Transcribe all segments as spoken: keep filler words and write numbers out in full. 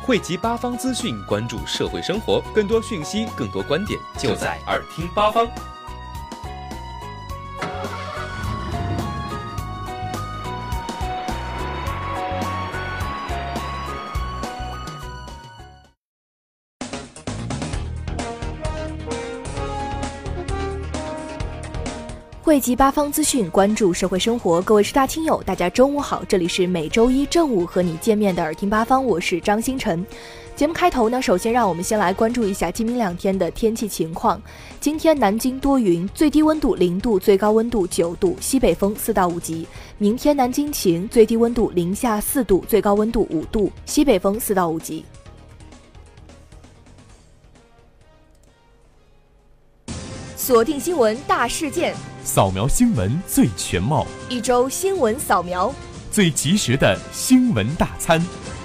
汇集八方资讯，关注社会生活，更多讯息，更多观点，就在耳听八方。 汇集八方资讯，关注社会生活。各位师大听友，大家中午好，这里是每周一正午和你见面的耳听八方，我是张星辰。节目开头呢，首先让我们先来关注一下今明两天的天气情况。今天南京多云，最低温度零度，最高温度九度，西北风四到五级。明天南京晴，最低温度零下四度，最高温度五度，西北风四到五级。锁定新闻大事件， 扫描新闻最全貌， 一周新闻扫描， 最及时的新闻大餐。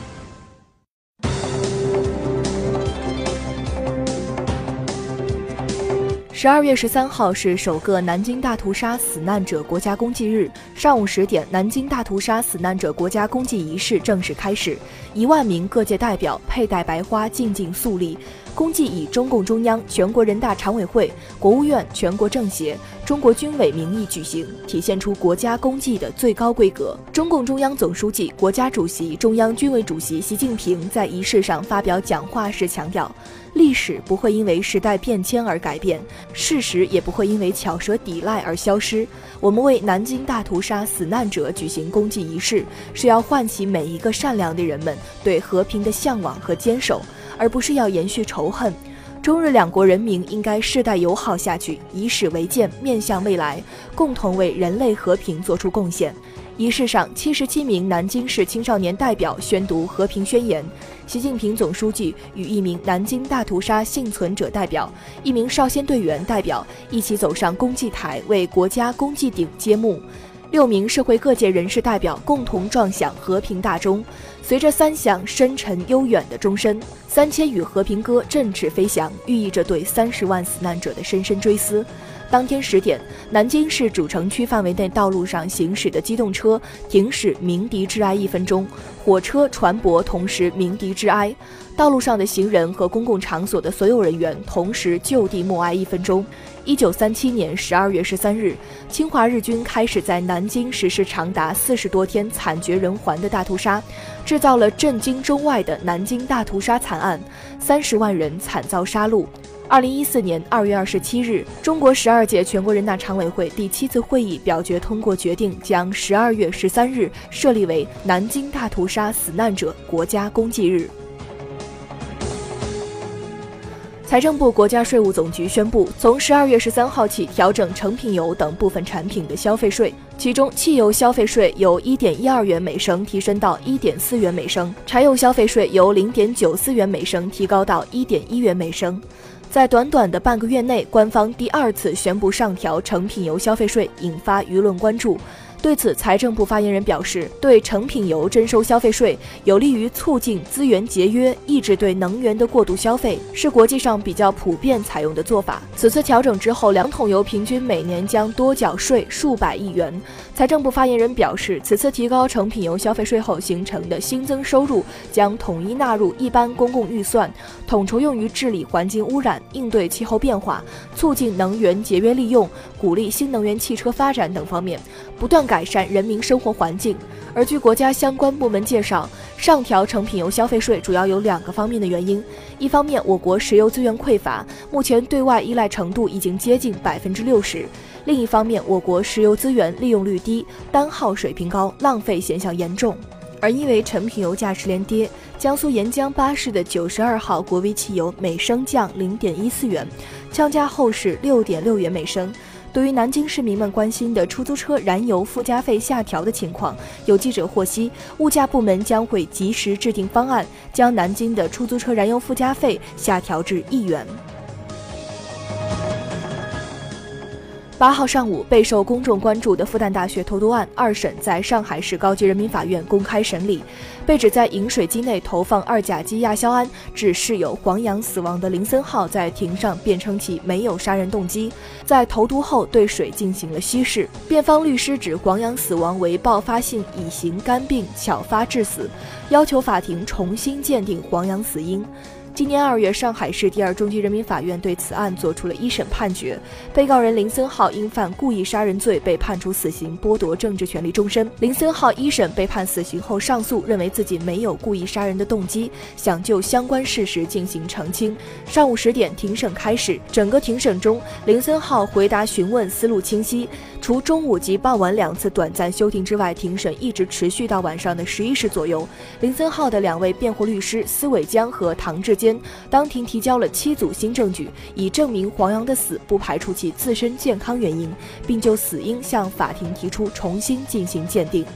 十二月十三号是首个南京大屠杀死难者国家公祭日，上午十点，南京大屠杀死难者国家公祭仪式正式开始，一万名各界代表佩戴白花，静静肃立。公祭以中共中央、全国人大常委会、国务院、全国政协、中国军委名义举行，体现出国家公祭的最高规格。中共中央总书记、国家主席、中央军委主席习近平在仪式上发表讲话时强调，历史不会因为时代变迁而改变，事实也不会因为巧舌抵赖而消失。我们为南京大屠杀死难者举行公祭仪式，是要唤起每一个善良的人们对和平的向往和坚守，而不是要延续仇恨。中日两国人民应该世代友好下去，以史为鉴，面向未来，共同为人类和平做出贡献。仪式上，七十七名南京市青少年代表宣读和平宣言，习近平总书记与一名南京大屠杀幸存者代表、一名少先队员代表一起走上公祭台，为国家公祭鼎揭幕。六名社会各界人士代表共同撞响和平大钟，随着三响深沉悠远的钟声，三千羽和平歌振翅飞翔，寓意着对三十万死难者的深深追思。当天十点，南京市主城区范围内道路上行驶的机动车停驶鸣笛致哀一分钟，火车、船舶同时鸣笛致哀，道路上的行人和公共场所的所有人员同时就地默哀一分钟。一九三七年十二月十三日，侵华日军开始在南京实施长达四十多天惨绝人寰的大屠杀，制造了震惊中外的南京大屠杀惨案，三十万人惨遭杀戮。二零一四年二月二十七日，中国十二届全国人大常委会第七次会议表决通过决定，将十二月十三日设立为南京大屠杀死难者国家公祭日。财政部、国家税务总局宣布，从十二月十三号起调整成品油等部分产品的消费税，其中汽油消费税由 一点一二元每升提升到 一点四元每升，柴油消费税由 零点九四元每升提高到 一点一元每升。在短短的半个月内，官方第二次宣布上调成品油消费税，引发舆论关注。对此，财政部发言人表示，对成品油征收消费税有利于促进资源节约，抑制对能源的过度消费，是国际上比较普遍采用的做法。此次调整之后，两桶油平均每年将多缴税数百亿元。财政部发言人表示，此次提高成品油消费税后形成的新增收入将统一纳入一般公共预算，统筹用于治理环境污染、应对气候变化、促进能源节约利用、鼓励新能源汽车发展等方面，不断改善人民生活环境。而据国家相关部门介绍，上调成品油消费税主要有两个方面的原因。一方面，我国石油资源匮乏，目前对外依赖程度已经接近百分之六十；另一方面，我国石油资源利用率低，单耗水平高，浪费现象严重。而因为成品油价持连跌，江苏沿江巴士的九十二号国危汽油每升降 零点一四元，降价后是 六点六元每升。对于南京市民们关心的出租车燃油附加费下调的情况，有记者获悉，物价部门将会及时制定方案，将南京的出租车燃油附加费下调至一元。 八号上午，备受公众关注的复旦大学投毒案二审在上海市高级人民法院公开审理。被指在饮水机内投放二甲基亚硝胺，致室友黄洋死亡的林森浩在庭上辩称其没有杀人动机，在投毒后对水进行了稀释。辩方律师指黄洋死亡为爆发性乙型肝病巧发致死，要求法庭重新鉴定黄洋死因。今年二月，上海市第二中级人民法院对此案作出了一审判决，被告人林森浩因犯故意杀人罪被判处死刑，剥夺政治权利终身。林森浩一审被判死刑后上诉，认为自己没有故意杀人的动机，想就相关事实进行澄清。上午十点，庭审开始，整个庭审中，林森浩回答询问思路清晰，除中午及傍晚两次短暂休庭之外，庭审一直持续到晚上的十一时左右。林森浩的两位辩护律师司伟江和唐志坚当庭提交了七组新证据，以证明黄洋的死不排除其自身健康原因，并就死因向法庭提出重新进行鉴定。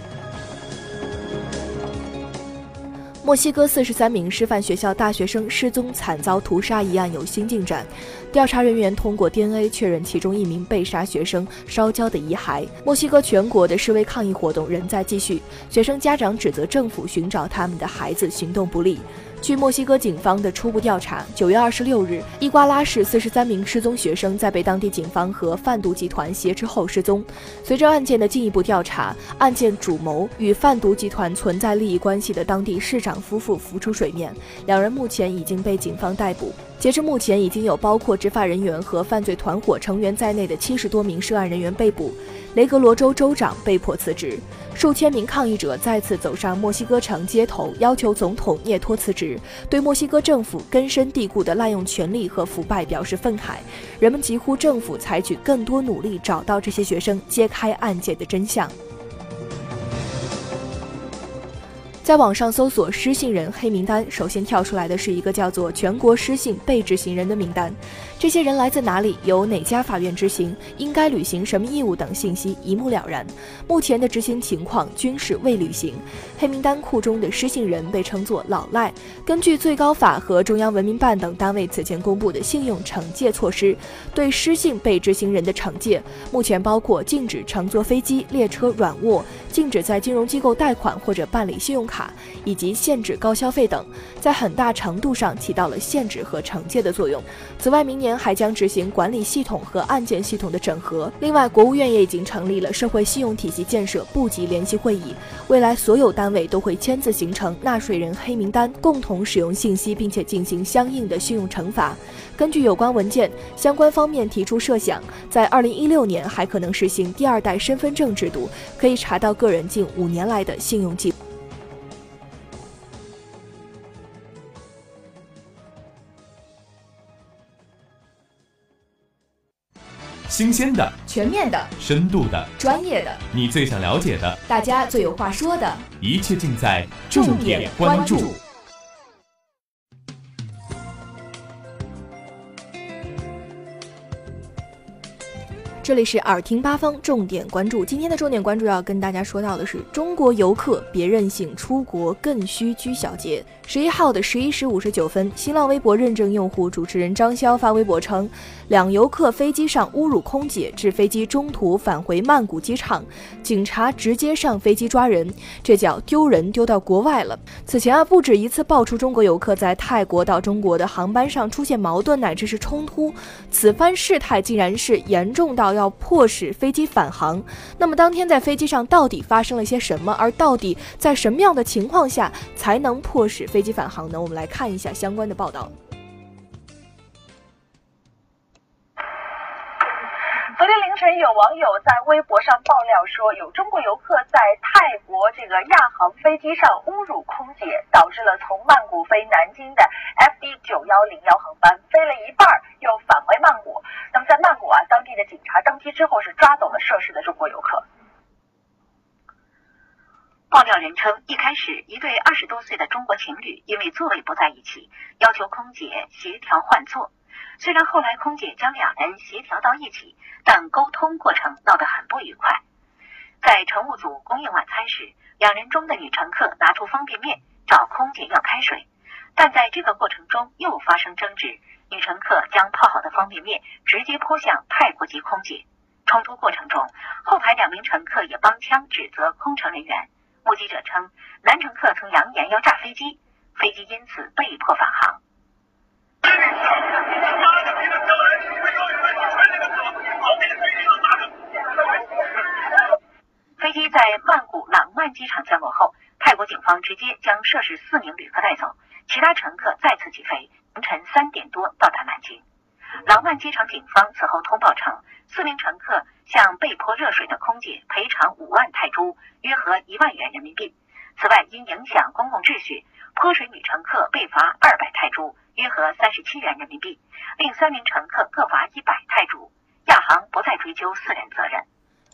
墨西哥四十三名师范学校大学生失踪惨遭屠杀一案有新进展，调查人员通过 D N A 确认其中一名被杀学生烧焦的遗骸。墨西哥全国的示威抗议活动仍在继续，学生家长指责政府寻找他们的孩子行动不力。据墨西哥警方的初步调查，九月二十六日，伊瓜拉市四十三名失踪学生在被当地警方和贩毒集团挟持后失踪。随着案件的进一步调查，案件主谋与贩毒集团存在利益关系的当地市长夫妇浮出水面，两人目前已经被警方逮捕。截至目前，已经有包括执法人员和犯罪团伙成员在内的七十多名涉案人员被捕。雷格罗州州长被迫辞职，数千名抗议者再次走上墨西哥城街头，要求总统涅托辞职，对墨西哥政府根深蒂固的滥用权力和腐败表示愤慨。人们疾呼政府采取更多努力，找到这些学生，揭开案件的真相。在网上搜索失信人黑名单，首先跳出来的是一个叫做全国失信被执行人的名单。这些人来自哪里，由哪家法院执行，应该履行什么义务等信息一目了然。目前的执行情况均是未履行。黑名单库中的失信人被称作老赖。根据最高法和中央文明办等单位此前公布的信用惩戒措施，对失信被执行人的惩戒目前包括禁止乘坐飞机、列车软卧，禁止在金融机构贷款或者办理信用卡，以及限制高消费等，在很大程度上起到了限制和惩戒的作用。此外，明年还将执行管理系统和案件系统的整合。另外，国务院也已经成立了社会信用体系建设部级联席会议，未来所有单位都会签字形成纳税人黑名单，共同使用信息，并且进行相应的信用惩罚。根据有关文件，相关方面提出设想，在二零一六年还可能实行第二代身份证制度，可以查到个人近五年来的信用记录。 新鲜的、 全面的、 深度的、 专业的， 你最想了解的， 大家最有话说的， 一切尽在重点关注。 这里是耳听八方重点关注，今天的重点关注要跟大家说到的是，中国游客别任性，出国更需居小节。十一号的十一时五十九分，新浪微博认证用户主持人张潇发微博称，两游客飞机上侮辱空姐，致飞机中途返回曼谷机场，警察直接上飞机抓人，这叫丢人丢到国外了。此前啊，不止一次爆出中国游客在泰国到中国的航班上出现矛盾乃至是冲突，此番事态竟然是严重到要迫使飞机返航。那么当天在飞机上到底发生了些什么，而到底在什么样的情况下才能迫使飞机返航呢？我们来看一下相关的报道。 昨天凌晨，有网友在微博上爆料说，有中国游客在泰国这个亚航飞机上侮辱空姐，导致了从曼谷飞南京的 F D 九一零一航班飞了一半又返回曼谷。那么在曼谷啊，当地的警察登机之后是抓走了涉事的中国游客。爆料人称，一开始一对二十多岁的中国情侣因为座位不在一起，要求空姐协调换座。虽然后来空姐将两人协调到一起，但沟通过程闹得很不愉快。在乘务组供应晚餐时，两人中的女乘客拿出方便面找空姐要开水，但在这个过程中又发生争执，女乘客将泡好的方便面直接泼向泰国籍空姐。 冲突过程中，后排两名乘客也帮腔指责空乘人员。目击者称，男乘客曾扬言要炸飞机，飞机因此被迫返航。飞机在曼谷朗曼机场降落后，泰国警方直接将涉事四名旅客带走，其他乘客再次起飞，凌晨三点多到达南京。朗曼机场警方此后通报称，四名乘客向被泼热水的空姐赔偿五万泰铢，约合一万元人民币。此外，因影响公共秩序，泼水女乘客被罚二百泰铢，约合三十七元人民币，另三名乘客各罚一百泰铢。亚航不再追究四人责任。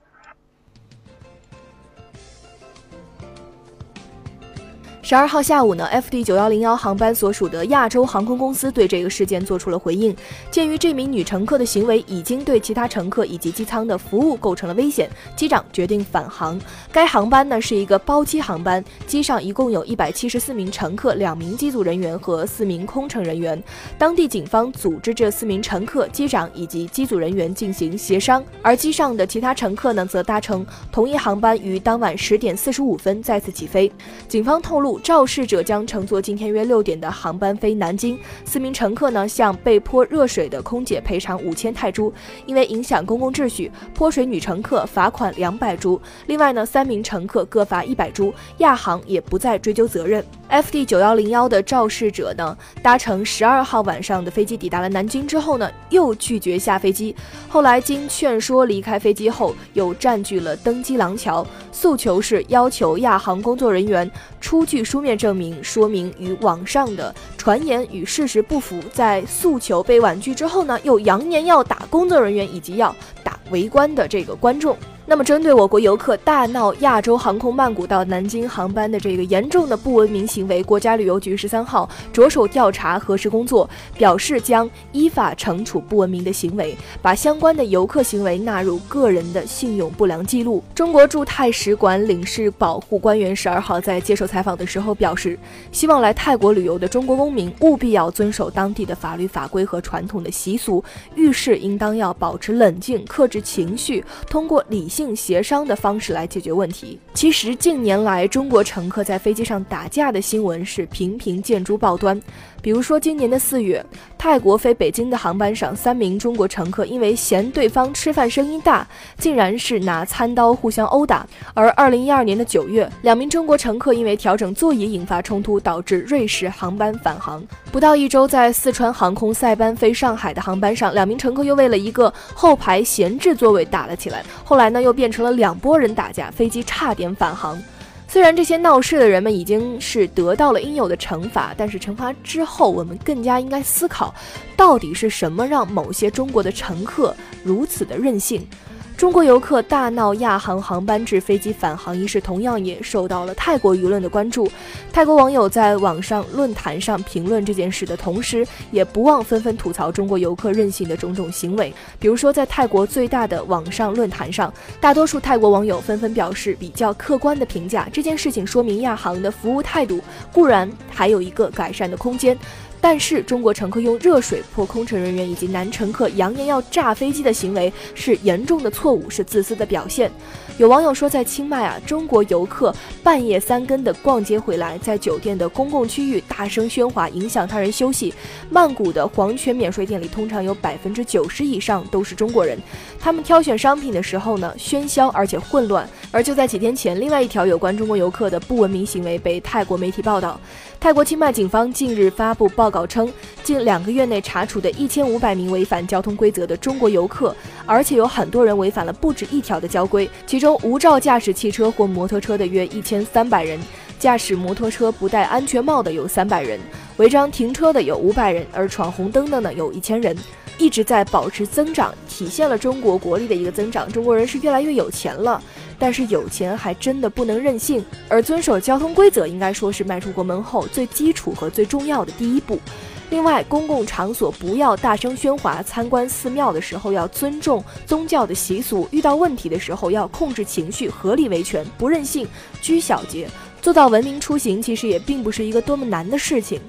十二号下午呢 ，F D 九一零一航班所属的亚洲航空公司对这个事件做出了回应。鉴于这名女乘客的行为已经对其他乘客以及机舱的服务构成了危险，机长决定返航。该航班呢是一个包机航班，机上一共有一百七十四名乘客、两名机组人员和四名空乘人员。当地警方组织这四名乘客、机长以及机组人员进行协商，而机上的其他乘客呢则搭乘同一航班于当晚十点四十五分再次起飞。警方透露，肇事者将乘坐今天约六点的航班飞南京。四名乘客呢向被泼热水的空姐赔偿五千泰铢，因为影响公共秩序，泼水女乘客罚款两百铢。另外呢，三名乘客各罚一百铢，亚航也不再追究责任。F D 九一零一的肇事者呢，搭乘十二号晚上的飞机抵达了南京之后呢，又拒绝下飞机。后来经劝说离开飞机后，又占据了登机廊桥，诉求是要求亚航工作人员出具书面证明，说明与网上的传言与事实不符。在诉求被婉拒之后呢，又扬言要打工作人员以及要打围观的这个观众。那么针对我国游客大闹亚洲航空曼谷到南京航班的这个严重的不文明行为，国家旅游局十三号着手调查核实工作，表示将依法惩处不文明的行为，把相关的游客行为纳入个人的信用不良记录。中国驻泰使馆领事保护官员十二号在接受采访的时候表示，希望来泰国旅游的中国公民务必要遵守当地的法律法规和传统的习俗，遇事应当要保持冷静，克制情绪，通过理性协商的方式来解决问题。其实近年来中国乘客在飞机上打架的新闻是频频见诸报端。比如说今年的四月，泰国飞北京的航班上，三名中国乘客因为嫌对方吃饭声音大，竟然是拿餐刀互相殴打。而二零一二年的九月，两名中国乘客因为调整座椅引发冲突，导致瑞士航班返航。不到一周，在四川航空塞班飞上海的航班上，两名乘客又为了一个后排闲置座位打了起来，后来呢又变成了两拨人打架，飞机差点返航。虽然这些闹事的人们已经是得到了应有的惩罚，但是惩罚之后，我们更加应该思考，到底是什么让某些中国的乘客如此的任性。中国游客大闹亚航航班致飞机返航一事，同样也受到了泰国舆论的关注。泰国网友在网上论坛上评论这件事的同时，也不忘纷纷吐槽中国游客任性的种种行为。比如说，在泰国最大的网上论坛上，大多数泰国网友纷纷表示比较客观的评价，这件事情说明亚航的服务态度固然还有一个改善的空间，但是中国乘客用热水泼空乘人员以及男乘客扬言要炸飞机的行为是严重的错误，是自私的表现。有网友说，在清迈啊，中国游客半夜三更的逛街回来，在酒店的公共区域大声喧哗，影响他人休息。曼谷的黄泉免税店里通常有百分之九十以上都是中国人，他们挑选商品的时候呢，喧嚣而且混乱。而就在几天前，另外一条有关中国游客的不文明行为被泰国媒体报道。泰国清迈警方近日发布报告称，近两个月内查处的一千五百名违反交通规则的中国游客，而且有很多人违反了不止一条的交规，其中无照驾驶汽车或摩托车的约一千三百人，驾驶摩托车不戴安全帽的有三百人，违章停车的有五百人，而闯红灯的呢有一千人，一直在保持增长，体现了中国国力的一个增长。中国人是越来越有钱了，但是有钱还真的不能任性，而遵守交通规则应该说是迈出国门后最基础和最重要的第一步。另外，公共场所不要大声喧哗，参观寺庙的时候要尊重宗教的习俗，遇到问题的时候要控制情绪，合理维权，不任性，拘小节，做到文明出行其实也并不是一个多么难的事情。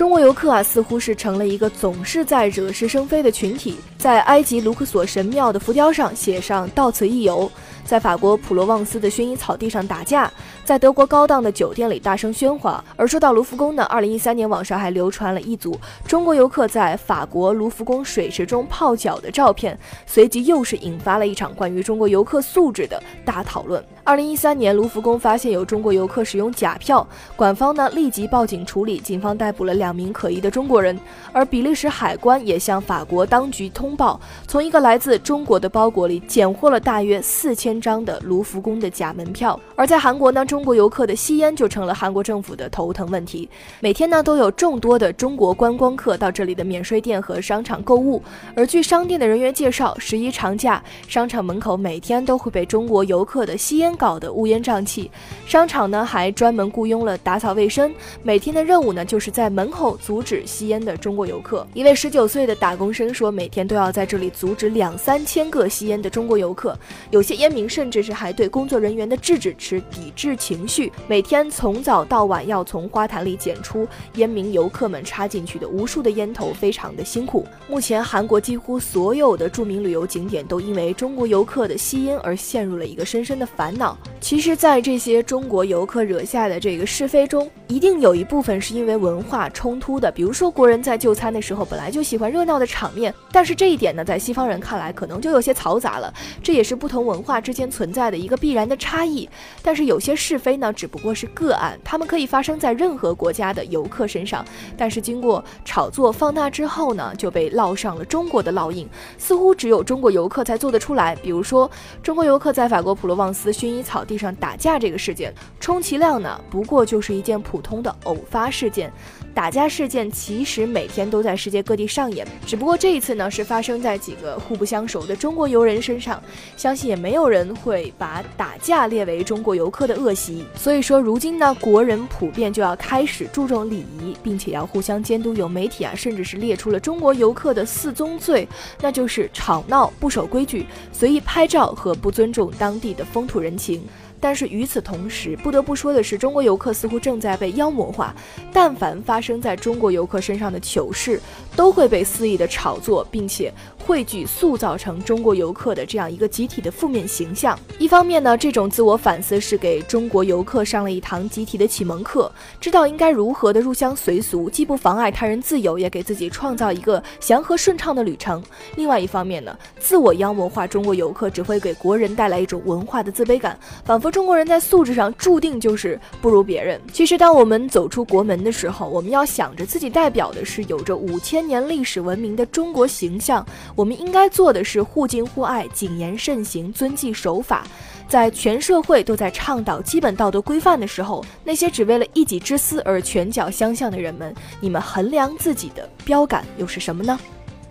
中国游客啊，似乎是成了一个总是在惹是生非的群体。在埃及卢克索神庙的浮雕上写上“到此一游”，在法国普罗旺斯的薰衣草地上打架，在德国高档的酒店里大声喧哗。而说到卢浮宫呢，二零一三年网上还流传了一组中国游客在法国卢浮宫水池中泡脚的照片，随即又是引发了一场关于中国游客素质的大讨论。二零一三年，卢浮宫发现有中国游客使用假票，官方呢立即报警处理，警方逮捕了两名可疑的中国人。而比利时海关也向法国当局通报，从一个来自中国的包裹里检获了大约四千张的卢浮宫的假门票。而在韩国呢，中国游客的吸烟就成了韩国政府的头疼问题。每天呢都有众多的中国观光客到这里的免税店和商场购物，而据商店的人员介绍，十一长假商场门口每天都会被中国游客的吸烟搞得乌烟瘴气。商场呢还专门雇佣了打扫卫生，每天的任务呢就是在门口阻止吸烟的中国游客。一位十九岁的打工生说，每天都要在这里阻止两三千个吸烟的中国游客，有些烟民甚至是还对工作人员的制止持抵制情绪，每天从早到晚要从花坛里捡出烟民游客们插进去的无数的烟头，非常的辛苦。目前韩国几乎所有的著名旅游景点都因为中国游客的吸烟而陷入了一个深深的烦恼。其实在这些中国游客惹下的这个是非中，一定有一部分是因为文化冲突的。比如说国人在就餐的时候本来就喜欢热闹的场面，但是这一点呢在西方人看来可能就有些嘈杂了，这也是不同文化之间存在的一个必然的差异。但是有些是非呢只不过是个案，它们可以发生在任何国家的游客身上，但是经过炒作放大之后呢就被烙上了中国的烙印，似乎只有中国游客才做得出来。比如说中国游客在法国普罗旺斯薰衣草地上打架这个事件，充其量呢不过就是一件普通的偶发事件。打架事件其实每天都在世界各地上演，只不过这一次呢是发生在几个互不相熟的中国游人身上，相信也没有人会把打架列为中国游客的恶习。所以说如今呢国人普遍就要开始注重礼仪，并且要互相监督。有媒体啊甚至是列出了中国游客的四宗罪，那就是吵闹、不守规矩、随意拍照和不尊重当地的风土人情。但是与此同时，不得不说的是，中国游客似乎正在被妖魔化。但凡发生在中国游客身上的糗事，都会被肆意的炒作，并且汇聚塑造成中国游客的这样一个集体的负面形象。一方面呢，这种自我反思是给中国游客上了一堂集体的启蒙课，知道应该如何的入乡随俗，既不妨碍他人自由，也给自己创造一个祥和顺畅的旅程。另外一方面呢，自我妖魔化中国游客只会给国人带来一种文化的自卑感，仿佛中国人在素质上注定就是不如别人。其实当我们走出国门的时候，我们要想着自己代表的是有着五千年历史文明的中国形象，我们应该做的是互敬互爱、谨言慎行、遵纪守法。在全社会都在倡导基本道德规范的时候，那些只为了一己之私而拳脚相向的人们，你们衡量自己的标杆又是什么呢？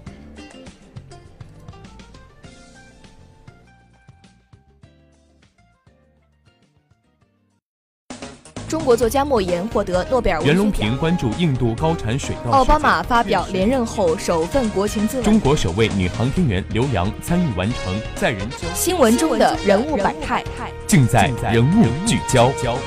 中国作家莫言获得诺贝尔文学奖。 袁隆平关注印度高产水稻。 奥巴马发表连任后首份国情咨文。 中国首位女航天员刘洋参与完成载人交。 新闻中的人物百态， 尽在人物聚焦。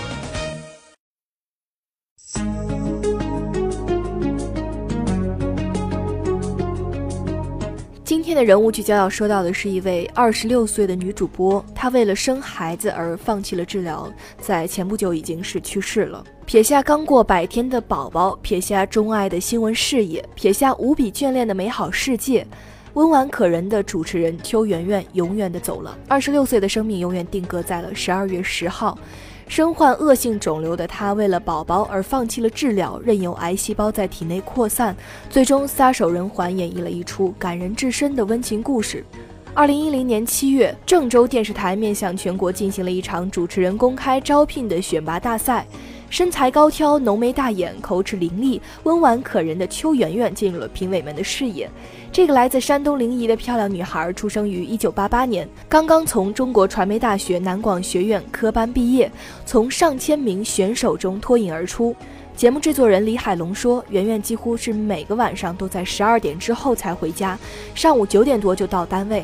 今天的人物聚焦要说到的是一位二十六岁的女主播，她为了生孩子而放弃了治疗，在前不久已经是去世了。撇下刚过百天的宝宝，撇下钟爱的新闻事业，撇下无比眷恋的美好世界，温婉可人的主持人邱媛媛永远的走了。二十六岁的生命永远定格在了十二月十号。身患恶性肿瘤的她为了宝宝而放弃了治疗，任由癌细胞在体内扩散，最终撒手人寰，演绎了一出感人至深的温情故事。二零一零年七月，郑州电视台面向全国进行了一场主持人公开招聘的选拔大赛。身材高挑、浓眉大眼、口齿伶俐、温婉可人的邱媛媛进入了评委们的视野。这个来自山东临沂的漂亮女孩出生于一九八八年，刚刚从中国传媒大学南广学院科班毕业，从上千名选手中脱颖而出。节目制作人李海龙说，媛媛几乎是每个晚上都在十二点之后才回家，上午九点多就到单位。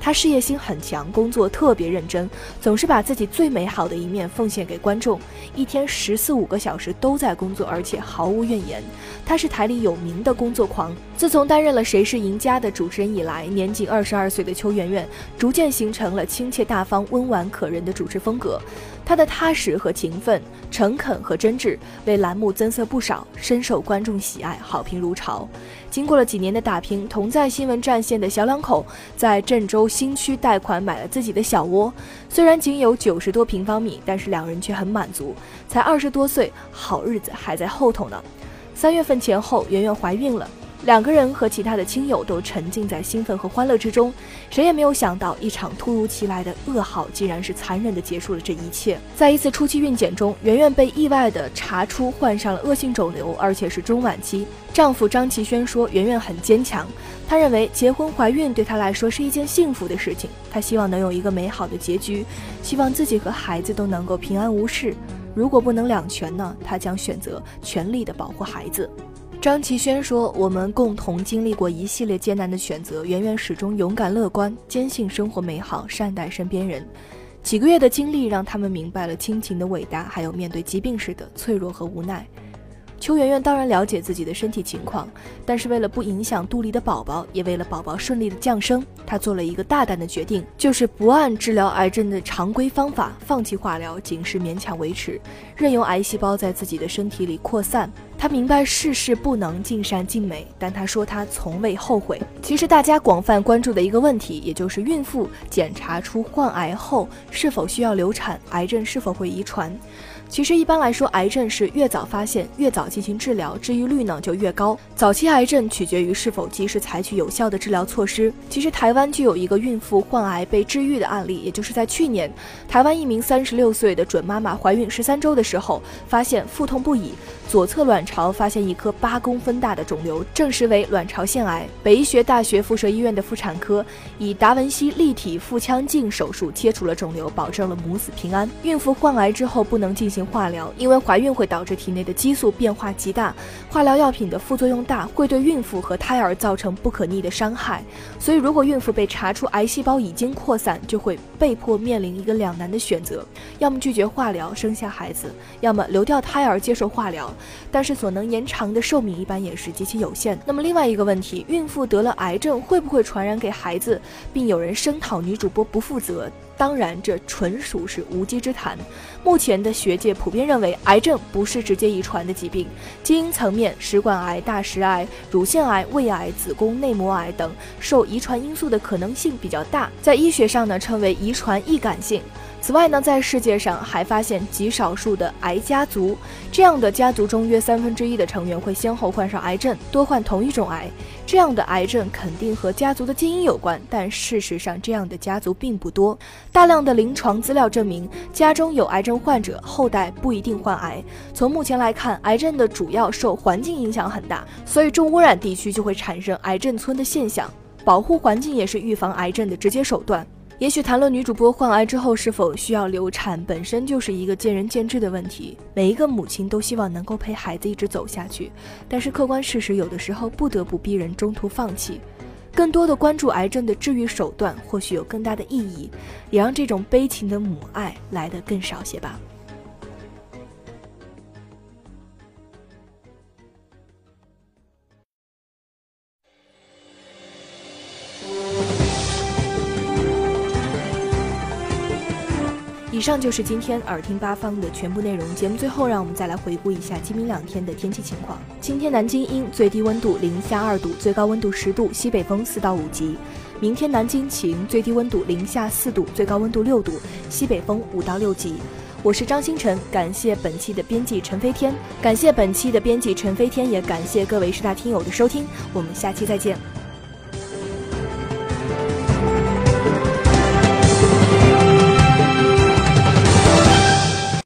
他事业心很强，工作特别认真，总是把自己最美好的一面奉献给观众，一天十四五个小时都在工作，而且毫无怨言。他是台里有名的工作狂。自从担任了《谁是赢家》的主持人以来，年仅二十二岁的邱媛媛逐渐形成了亲切大方、温婉可人的主持风格。她的踏实和勤奋、诚恳和真挚，为栏目增色不少，深受观众喜爱，好评如潮。经过了几年的打拼，同在新闻战线的小两口在郑州新区贷款买了自己的小窝，虽然仅有九十多平方米，但是两人却很满足。才二十多岁，好日子还在后头呢。三月份前后，媛媛怀孕了。两个人和其他的亲友都沉浸在兴奋和欢乐之中，谁也没有想到一场突如其来的噩耗竟然是残忍地结束了这一切。在一次初期孕检中，媛媛被意外地查出患上了恶性肿瘤，而且是中晚期。丈夫张其轩说，媛媛很坚强，他认为结婚怀孕对他来说是一件幸福的事情，他希望能有一个美好的结局，希望自己和孩子都能够平安无事。如果不能两全呢，他将选择全力地保护孩子。张其轩说，我们共同经历过一系列艰难的选择，媛媛始终勇敢乐观，坚信生活美好，善待身边人。几个月的经历让他们明白了亲情的伟大，还有面对疾病时的脆弱和无奈。邱媛媛当然了解自己的身体情况，但是为了不影响肚里的宝宝，也为了宝宝顺利的降生，她做了一个大胆的决定，就是不按治疗癌症的常规方法，放弃化疗，仅是勉强维持，任由癌细胞在自己的身体里扩散。她明白世事不能尽善尽美，但她说她从未后悔。其实大家广泛关注的一个问题，也就是孕妇检查出患癌后是否需要流产，癌症是否会遗传。其实一般来说，癌症是越早发现越早进行治疗，治愈率呢就越高。早期癌症取决于是否及时采取有效的治疗措施。其实台湾就有一个孕妇患癌被治愈的案例，也就是在去年，台湾一名三十六岁的准妈妈怀孕十三周的时候，发现腹痛不已，左侧卵巢发现一颗八公分大的肿瘤，证实为卵巢腺癌。北医学大学附设医院的妇产科以达文西立体腹腔镜手术切除了肿瘤，保证了母子平安。孕妇患癌之后不能进行化疗，因为怀孕会导致体内的激素变化极大，化疗药品的副作用大，会对孕妇和胎儿造成不可逆的伤害。所以如果孕妇被查出癌细胞已经扩散，就会被迫面临一个两难的选择，要么拒绝化疗生下孩子，要么流掉胎儿接受化疗，但是所能延长的寿命一般也是极其有限。那么另外一个问题，孕妇得了癌症会不会传染给孩子，并有人声讨女主播不负责？当然，这纯属是无稽之谈。目前的学界普遍认为，癌症不是直接遗传的疾病，基因层面，食管癌、大食癌、乳腺癌、胃癌、子宫内膜癌等受遗传因素的可能性比较大，在医学上呢称为遗传易感性。此外呢，在世界上还发现极少数的癌家族，这样的家族中约三分之一的成员会先后患上癌症，多患同一种癌。这样的癌症肯定和家族的基因有关，但事实上这样的家族并不多。大量的临床资料证明，家中有癌症患者，后代不一定患癌。从目前来看，癌症的主要受环境影响很大，所以重污染地区就会产生癌症村的现象。保护环境也是预防癌症的直接手段。也许谈论女主播患癌之后是否需要流产，本身就是一个见仁见智的问题。每一个母亲都希望能够陪孩子一直走下去，但是客观事实有的时候不得不逼人中途放弃。更多的关注癌症的治愈手段，或许有更大的意义，也让这种悲情的母爱来得更少些吧。以上就是今天耳听八方的全部内容。节目最后，让我们再来回顾一下今明两天的天气情况。今天南京阴，最低温度零下二度，最高温度十度，西北风四到五级。明天南京晴，最低温度零下四度，最高温度六度，西北风五到六级。我是张星辰，感谢本期的编辑陈飞天，感谢本期的编辑陈飞天，也感谢各位师大听友的收听，我们下期再见。